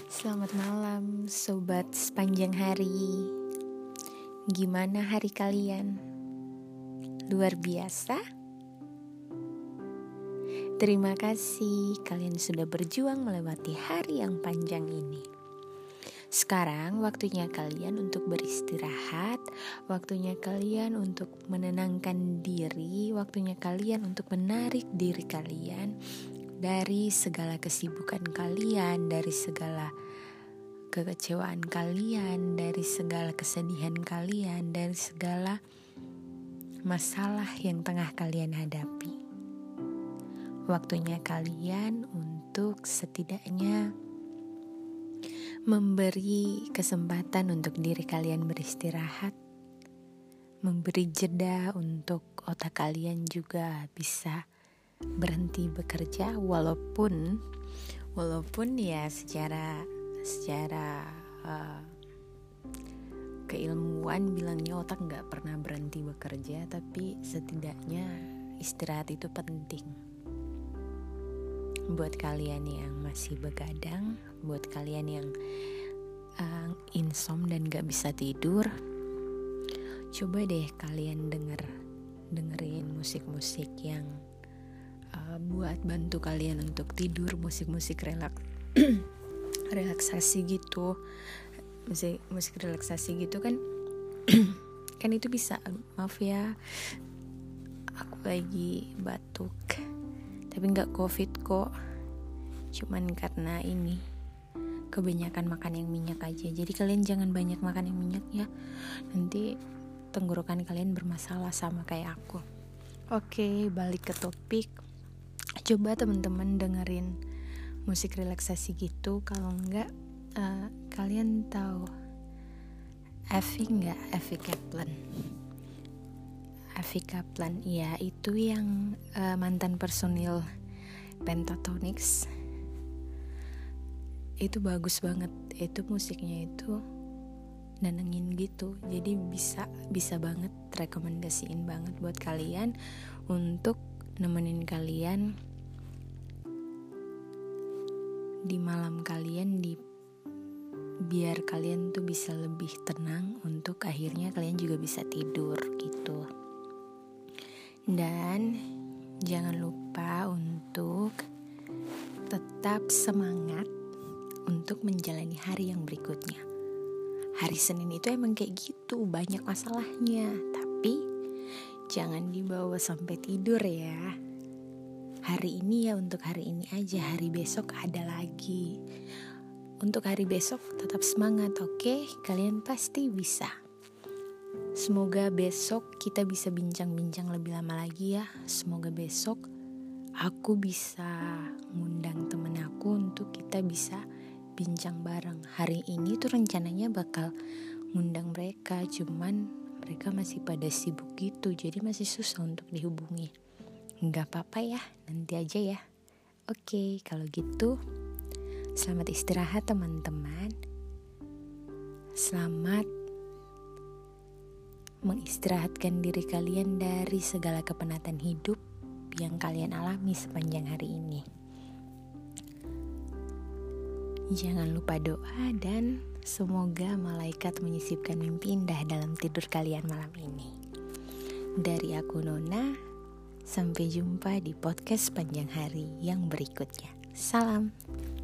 Selamat malam, sobat sepanjang hari. Gimana hari kalian? Luar biasa? Terima kasih kalian sudah berjuang melewati hari yang panjang ini. Sekarang waktunya kalian untuk beristirahat, waktunya kalian untuk menenangkan diri, waktunya kalian untuk menarik diri kalian dari segala kesibukan kalian, dari segala kekecewaan kalian, dari segala kesedihan kalian, dari segala masalah yang tengah kalian hadapi. Waktunya kalian untuk setidaknya memberi kesempatan untuk diri kalian beristirahat, memberi jeda untuk otak kalian juga bisa berhenti bekerja, walaupun ya secara keilmuan bilangnya otak nggak pernah berhenti bekerja, tapi setidaknya istirahat itu penting. Buat kalian yang masih begadang, buat kalian yang insom dan nggak bisa tidur, coba deh kalian dengerin musik-musik yang buat bantu kalian untuk tidur, musik-musik relaksasi gitu. Musik relaksasi gitu kan kan itu bisa, maaf ya aku lagi batuk tapi nggak covid kok, cuman karena ini kebanyakan makan yang minyak aja. Jadi kalian jangan banyak makan yang minyak ya, nanti tenggorokan kalian bermasalah sama kayak aku. Oke, balik ke topik. Coba teman-teman dengerin musik relaksasi gitu. Kalau enggak, kalian tahu Effie Kaplan, iya itu yang mantan personil Pentatonix. Itu bagus banget, itu musiknya itu nenangin gitu. Jadi bisa banget, rekomendasiin banget buat kalian untuk nemenin kalian di malam kalian, biar kalian tuh bisa lebih tenang untuk akhirnya kalian juga bisa tidur gitu. Dan jangan lupa untuk tetap semangat untuk menjalani hari yang berikutnya. Hari Senin itu emang kayak gitu, banyak masalahnya, tapi jangan dibawa sampai tidur ya. Hari ini ya untuk hari ini aja, hari besok ada lagi. Untuk hari besok tetap semangat, oke? Kalian pasti bisa. Semoga besok kita bisa bincang-bincang lebih lama lagi ya. Semoga besok aku bisa ngundang temen aku untuk kita bisa bincang bareng. Hari ini tuh rencananya bakal ngundang mereka, cuman mereka masih pada sibuk gitu, jadi masih susah untuk dihubungi. Nggak apa-apa ya, nanti aja ya. Oke, kalau gitu selamat istirahat teman-teman. Selamat mengistirahatkan diri kalian dari segala kepenatan hidup yang kalian alami sepanjang hari ini. Jangan lupa doa dan semoga malaikat menyisipkan mimpi indah dalam tidur kalian malam ini. Dari aku Nona, sampai jumpa di podcast sepanjang hari yang berikutnya. Salam.